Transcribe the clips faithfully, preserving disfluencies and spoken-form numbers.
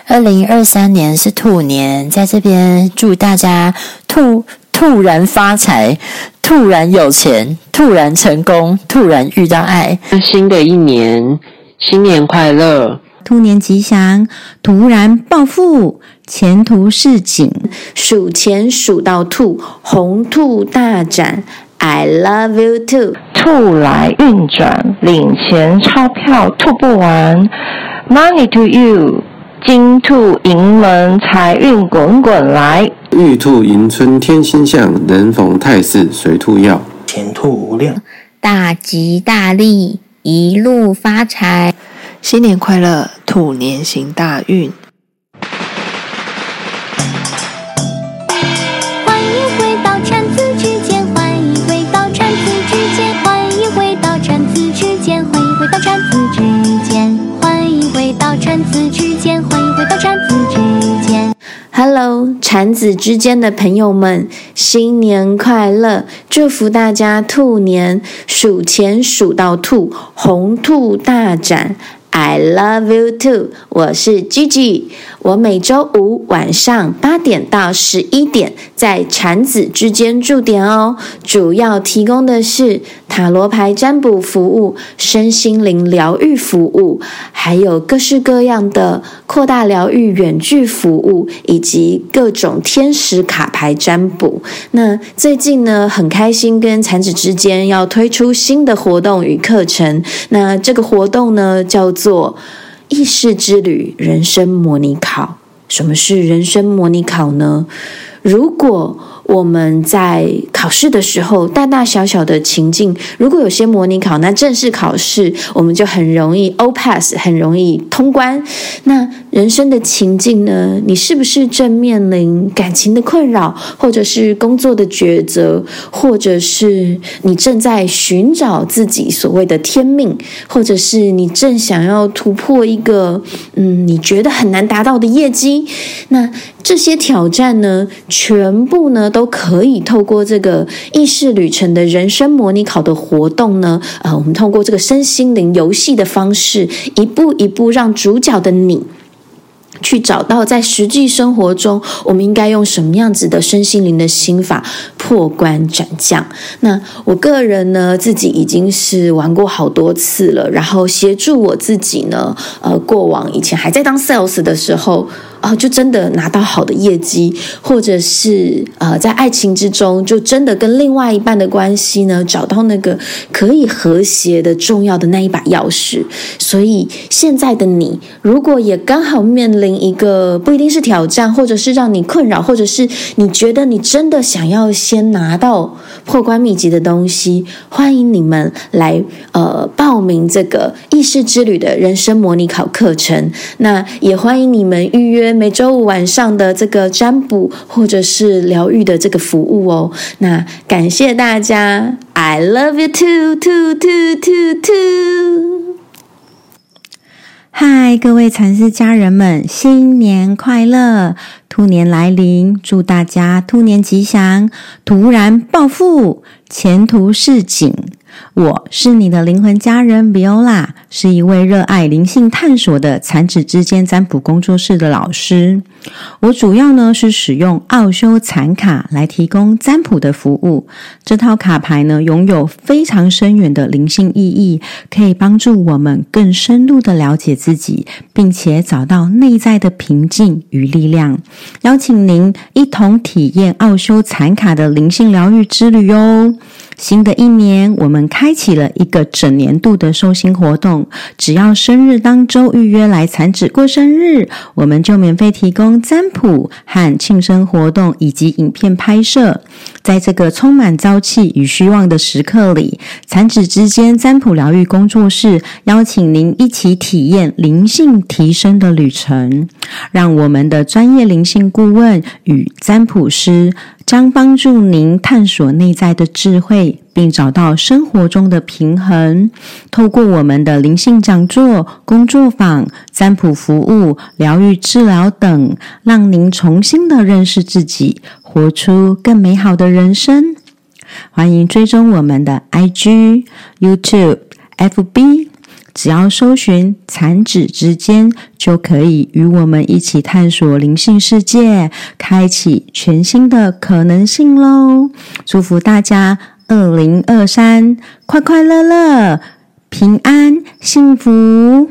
二零二三年是兔年，在这边祝大家兔突然发财，突然有钱，突然成功，突然遇到爱。 新的一年，新年快乐， 兔年吉祥，突然暴富，前途似锦， 数钱数到吐，红兔大展。I love you too， 兔来运转，领钱钞票吐不完 ，Money to you， 金兔迎门，财运滚滚来。 玉兔迎春天心象，人逢太岁随兔要。 前途无量， 大吉大利，一路发财。 新年快乐，兔年行大运。 欢迎回到产子之间，欢迎回到产子之间，欢迎回到产子之间，欢迎回到产子之间，欢迎回到产子之间，欢迎回到产子之间。 Hello， 产子之间的朋友们，新年快乐！祝福大家兔年数钱数到吐，红兔大展。I love you too， 我是 Gigi， 我每周五晚上八点到十一点在产子之间驻点哦，主要提供的是塔罗牌占卜服务、身心灵疗愈服务，还有各式各样的扩大疗愈远距服务，以及各种天使卡牌占卜。那最近呢，很开心跟产子之间要推出新的活动与课程，那这个活动呢叫做做意识之旅人生模拟考。什么是人生模拟考呢？如果我们在考试的时候，大大小小的情境，如果有些模拟考，那正式考试我们就很容易 O pass， 很容易通关。那人生的情境呢？你是不是正面临感情的困扰，或者是工作的抉择，或者是你正在寻找自己所谓的天命，或者是你正想要突破一个嗯你觉得很难达到的业绩？那这些挑战呢，全部呢都可以透过这个意识旅程的人生模拟考的活动呢，呃，我们透过这个身心灵游戏的方式，一步一步让主角的你去找到在实际生活中我们应该用什么样子的身心灵的心法破关斩将。那我个人呢自己已经是玩过好多次了，然后协助我自己呢呃，过往以前还在当 sales 的时候哦，就真的拿到好的业绩，或者是呃，在爱情之中，就真的跟另外一半的关系呢，找到那个可以和谐的重要的那一把钥匙。所以现在的你，如果也刚好面临一个不一定是挑战，或者是让你困扰，或者是你觉得你真的想要先拿到破关秘籍的东西，欢迎你们来呃报名这个意识之旅的人生模拟考课程。那也欢迎你们预约每周五晚上的这个占卜或者是疗愈的这个服务哦。那感谢大家 I love you too too too too too。 嗨，各位禅师家人们，新年快乐！兔年来临，祝大家兔年吉祥，突然暴富，前途似锦。我是你的灵魂家人 Viola， 是一位热爱灵性探索的产子之间占卜工作室的老师。我主要呢是使用奥修禅卡来提供占卜的服务。这套卡牌呢拥有非常深远的灵性意义，可以帮助我们更深入的了解自己，并且找到内在的平静与力量。邀请您一同体验奥修禅卡的灵性疗愈之旅哦。新的一年，我们开启了一个整年度的寿星活动，只要生日当周预约来产子过生日，我们就免费提供占卜和庆生活动以及影片拍摄。在这个充满朝气与希望的时刻里，产子之间占卜疗愈工作室邀请您一起体验灵性提升的旅程，让我们的专业灵性顾问与占卜师将帮助您探索内在的智慧，并找到生活中的平衡。透过我们的灵性讲座、工作坊、占卜服务、疗愈治疗等，让您重新的认识自己，活出更美好的人生。欢迎追踪我们的 I G、YouTube、F B， 只要搜寻弹指之间，就可以与我们一起探索灵性世界，开启全新的可能性咯。祝福大家二零二三快快乐乐，平安幸福。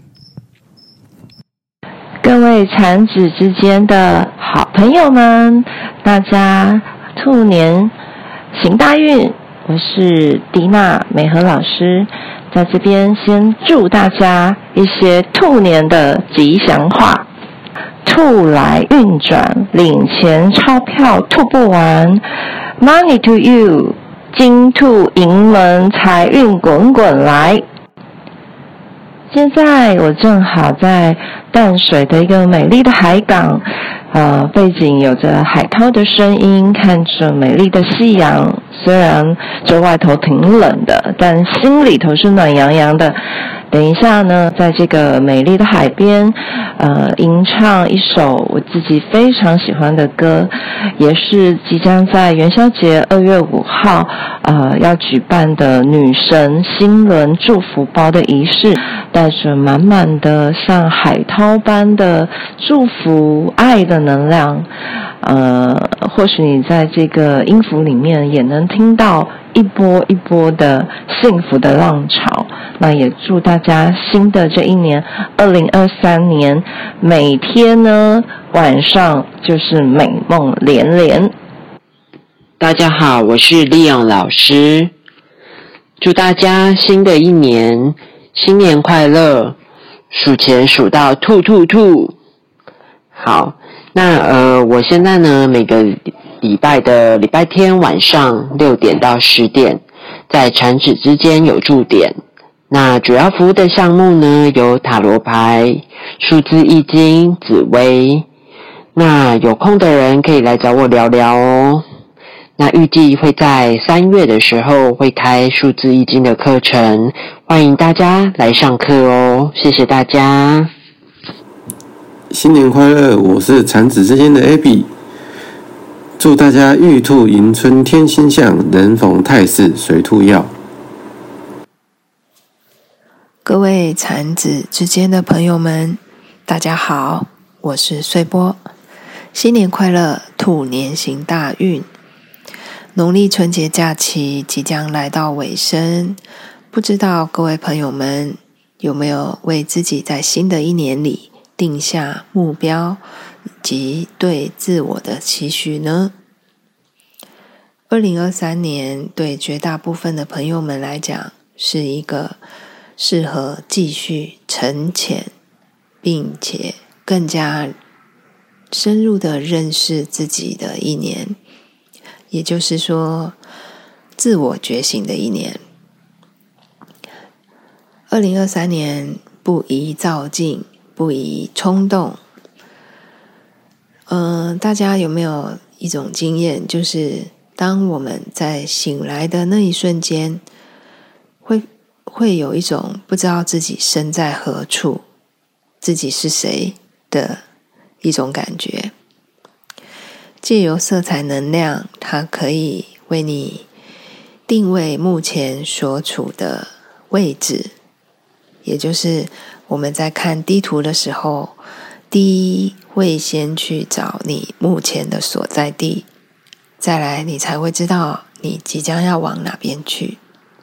各位弹指之间的好朋友们，大家兔年行大运，我是迪娜美和老师，在这边先祝大家一些兔年的吉祥话。兔来运转，领钱钞票吐不完 Money to you， 金兔迎门，财运滚滚来。现在我正好在淡水的一个美丽的海港，呃，背景有着海涛的声音，看着美丽的夕阳。虽然这外头挺冷的，但心里头是暖洋洋的。等一下呢，在这个美丽的海边，呃，吟唱一首我自己非常喜欢的歌，也是即将在元宵节二月五号，呃，要举办的女神新轮祝福包的仪式，带着满满的像海涛般的祝福、爱的能量。呃，或许你在这个音符里面也能听到一波一波的幸福的浪潮。那也祝大家新的这一年二零二三年每天呢晚上就是美梦连连。 大家好，我是利用老师，祝大家新的一年新年快乐，数钱数到吐吐吐。好，那呃，我现在呢每个礼拜的礼拜天晚上六点到十点，在产子之间有驻点。那主要服务的项目呢，有塔罗牌、数字易经、紫微。那有空的人可以来找我聊聊哦。那预计会在三月的时候会开数字易经的课程，欢迎大家来上课哦。谢谢大家。 新年快乐！我是产子之间的 Abby， 祝大家玉兔迎春天心象，人逢太岁随兔要。 各位产子之间的朋友们，大家好，我是穗波，新年快乐，兔年行大运。农历春节假期即将来到尾声，不知道各位朋友们有没有为自己在新的一年里定下目标以及对自我的期许呢？二零二三年对绝大部分的朋友们来讲，是一个适合继续沉潜，并且更加深入的认识自己的一年，也就是说，自我觉醒的一年。二零二三年不宜躁进，不宜冲动。嗯、呃，大家有没有一种经验，就是当我们在醒来的那一瞬间，会会有一种不知道自己身在何处，自己是谁的一种感觉。借由色彩能量，它可以为你定位目前所处的位置，也就是我们在看地图的时候，第一会先去找你目前的所在地，再来你才会知道你即将要往哪边去。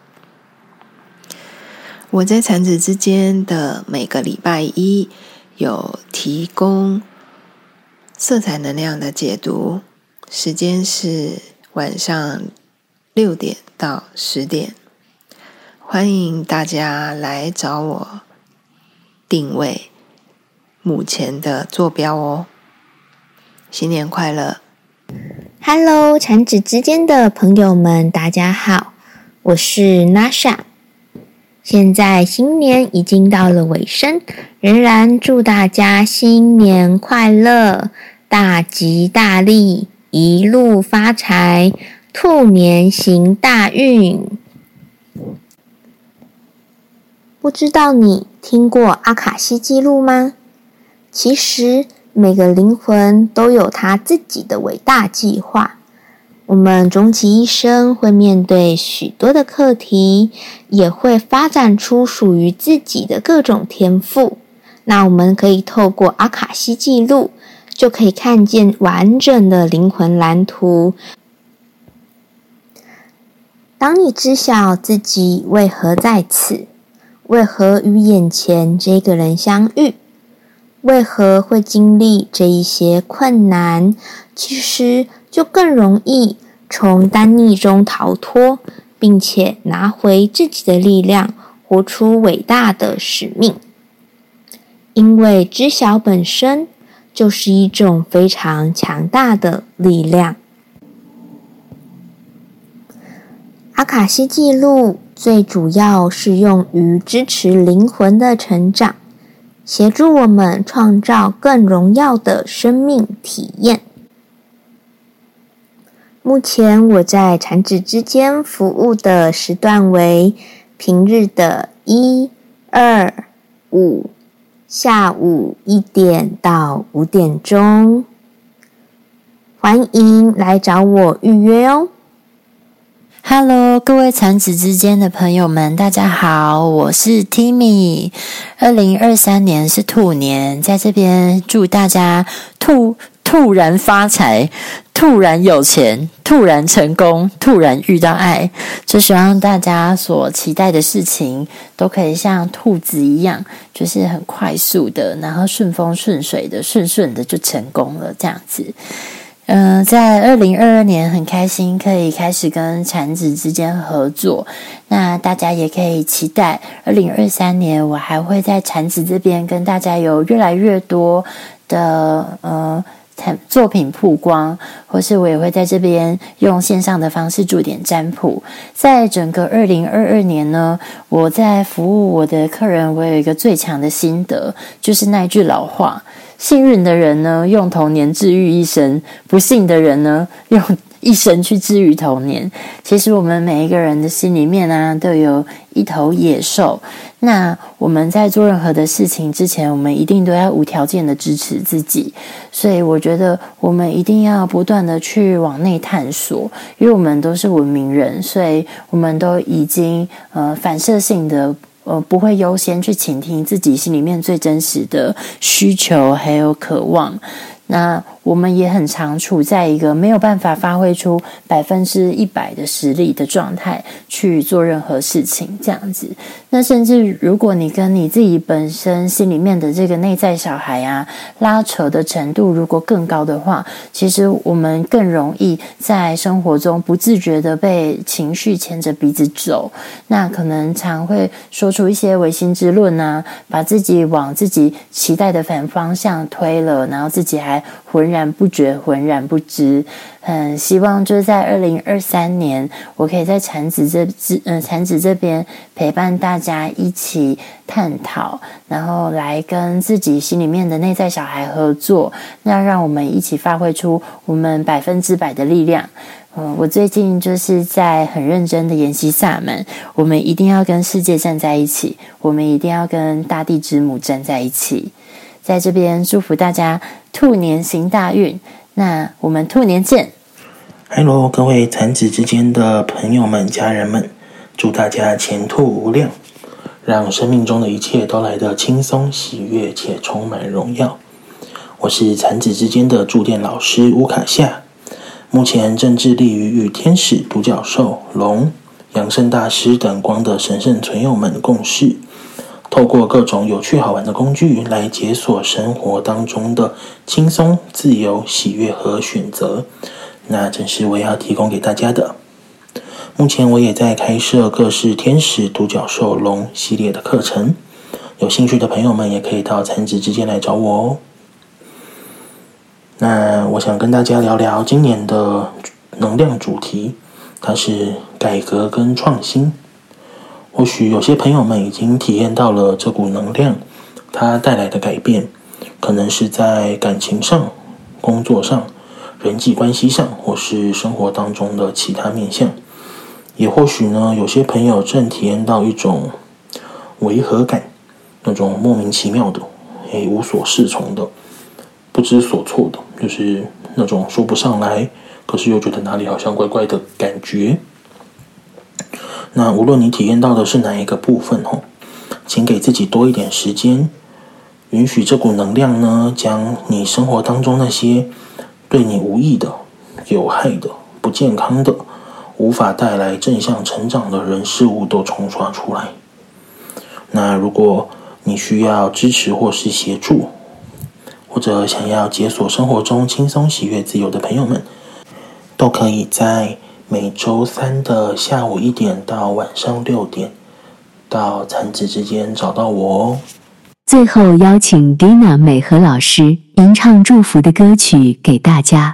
我在产子之间的每个礼拜一有提供色彩能量的解读，时间是晚上六点到十点，欢迎大家来找我定位目前的坐标哦。新年快乐！ Hello， 产子之间的朋友们，大家好，我是 Nasha。现在新年已经到了尾声，仍然祝大家新年快乐，大吉大利，一路发财，兔年行大运。不知道你听过阿卡西记录吗？其实每个灵魂都有他自己的伟大计划， 我们终其一生会面对许多的课题，也会发展出属于自己的各种天赋。那我们可以透过阿卡西记录，就可以看见完整的灵魂蓝图。当你知晓自己为何在此，为何与眼前这个人相遇，为何会经历这一些困难，其实就更容易从单逆中逃脱，并且拿回自己的力量，活出伟大的使命。因为知晓本身就是一种非常强大的力量。阿卡西记录最主要是用于支持灵魂的成长，协助我们创造更荣耀的生命体验。目前我在产子之间服务的时段为平日的一、二、五，下午一点到五点钟，欢迎来找我预约哦。 Hello， 各位产子之间的朋友们，大家好，我是 Timmy。二零二三年是兔年，在这边祝大家兔突然发财，突然有钱，突然成功，突然遇到爱。就希望大家所期待的事情都可以像兔子一样，就是很快速的，然后顺风顺水的，顺顺的就成功了这样子。嗯、呃，在二零二二年很开心可以开始跟产子之间合作，那大家也可以期待二零二三年我还会在产子这边跟大家有越来越多的呃作品曝光，或是我也会在这边用线上的方式做点占卜。在整个二零二二年呢，我在服务我的客人，我有一个最强的心得，就是那一句老话，幸运的人呢，用童年治愈一生；不幸的人呢，用一生去治愈童年。其实我们每一个人的心里面啊，都有一头野兽。那我们在做任何的事情之前，我们一定都要无条件的支持自己。所以我觉得我们一定要不断的去往内探索，因为我们都是文明人，所以我们都已经呃反射性的呃，不会优先去倾听自己心里面最真实的需求还有渴望。那我们也很常处在一个没有办法发挥出百分之一百的实力的状态去做任何事情，这样子。那甚至如果你跟你自己本身心里面的这个内在小孩啊拉扯的程度如果更高的话，其实我们更容易在生活中不自觉的被情绪牵着鼻子走。那可能常会说出一些违心之论啊，把自己往自己期待的反方向推了，然后自己还浑然不觉，浑然不知。很希望就是在二零二三年，我可以在产子这呃产子这边陪伴大家一起探讨，然后来跟自己心里面的内在小孩合作，那让我们一起发挥出我们百分之百的力量。嗯，我最近就是在很认真的研习萨满，我们一定要跟世界站在一起，我们一定要跟大地之母站在一起。在这边祝福大家兔年行大运，那我们兔年见。 Hello， 各位产子之间的朋友们、家人们，祝大家前途无量，让生命中的一切都来得轻松、喜悦且充满荣耀。我是产子之间的驻店老师乌卡夏，目前正致力于与天使、独角兽、龙、养生大师等光的神圣存有们共事，透过各种有趣好玩的工具来解锁生活当中的轻松、自由、喜悦和选择，那正是我要提供给大家的。目前我也在开设各式天使、独角兽、龙系列的课程，有兴趣的朋友们也可以到产子之间来找我哦。那我想跟大家聊聊今年的能量主题，它是改革跟创新。或许有些朋友们已经体验到了这股能量，它带来的改变，可能是在感情上、工作上、人际关系上，或是生活当中的其他面向。也或许呢，有些朋友正体验到一种违和感，那种莫名其妙的、诶无所适从的、不知所措的，就是那种说不上来，可是又觉得哪里好像怪怪的感觉。那无论你体验到的是哪一个部分哦，请给自己多一点时间，允许这股能量呢，将你生活当中那些对你无益的、有害的、不健康的、无法带来正向成长的人事物都冲刷出来。那如果你需要支持或是协助，或者想要解锁生活中轻松喜悦自由的朋友们，都可以在每周三的下午一点到晚上六点到产子之间找到我哦。 最后邀请 Dina 美和老师吟唱祝福的歌曲给大家。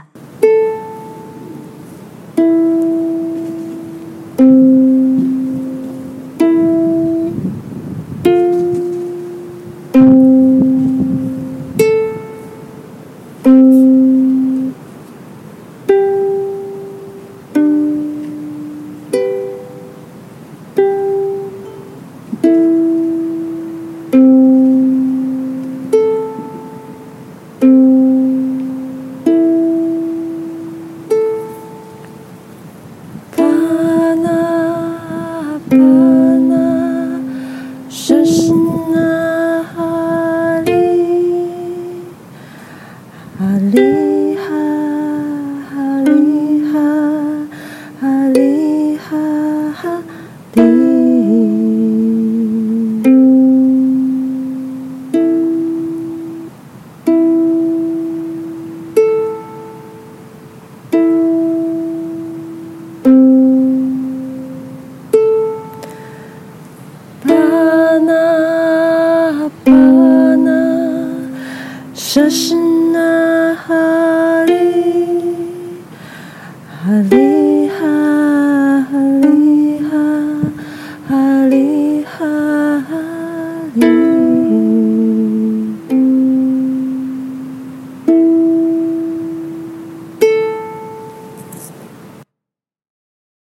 这是哪里？哪里？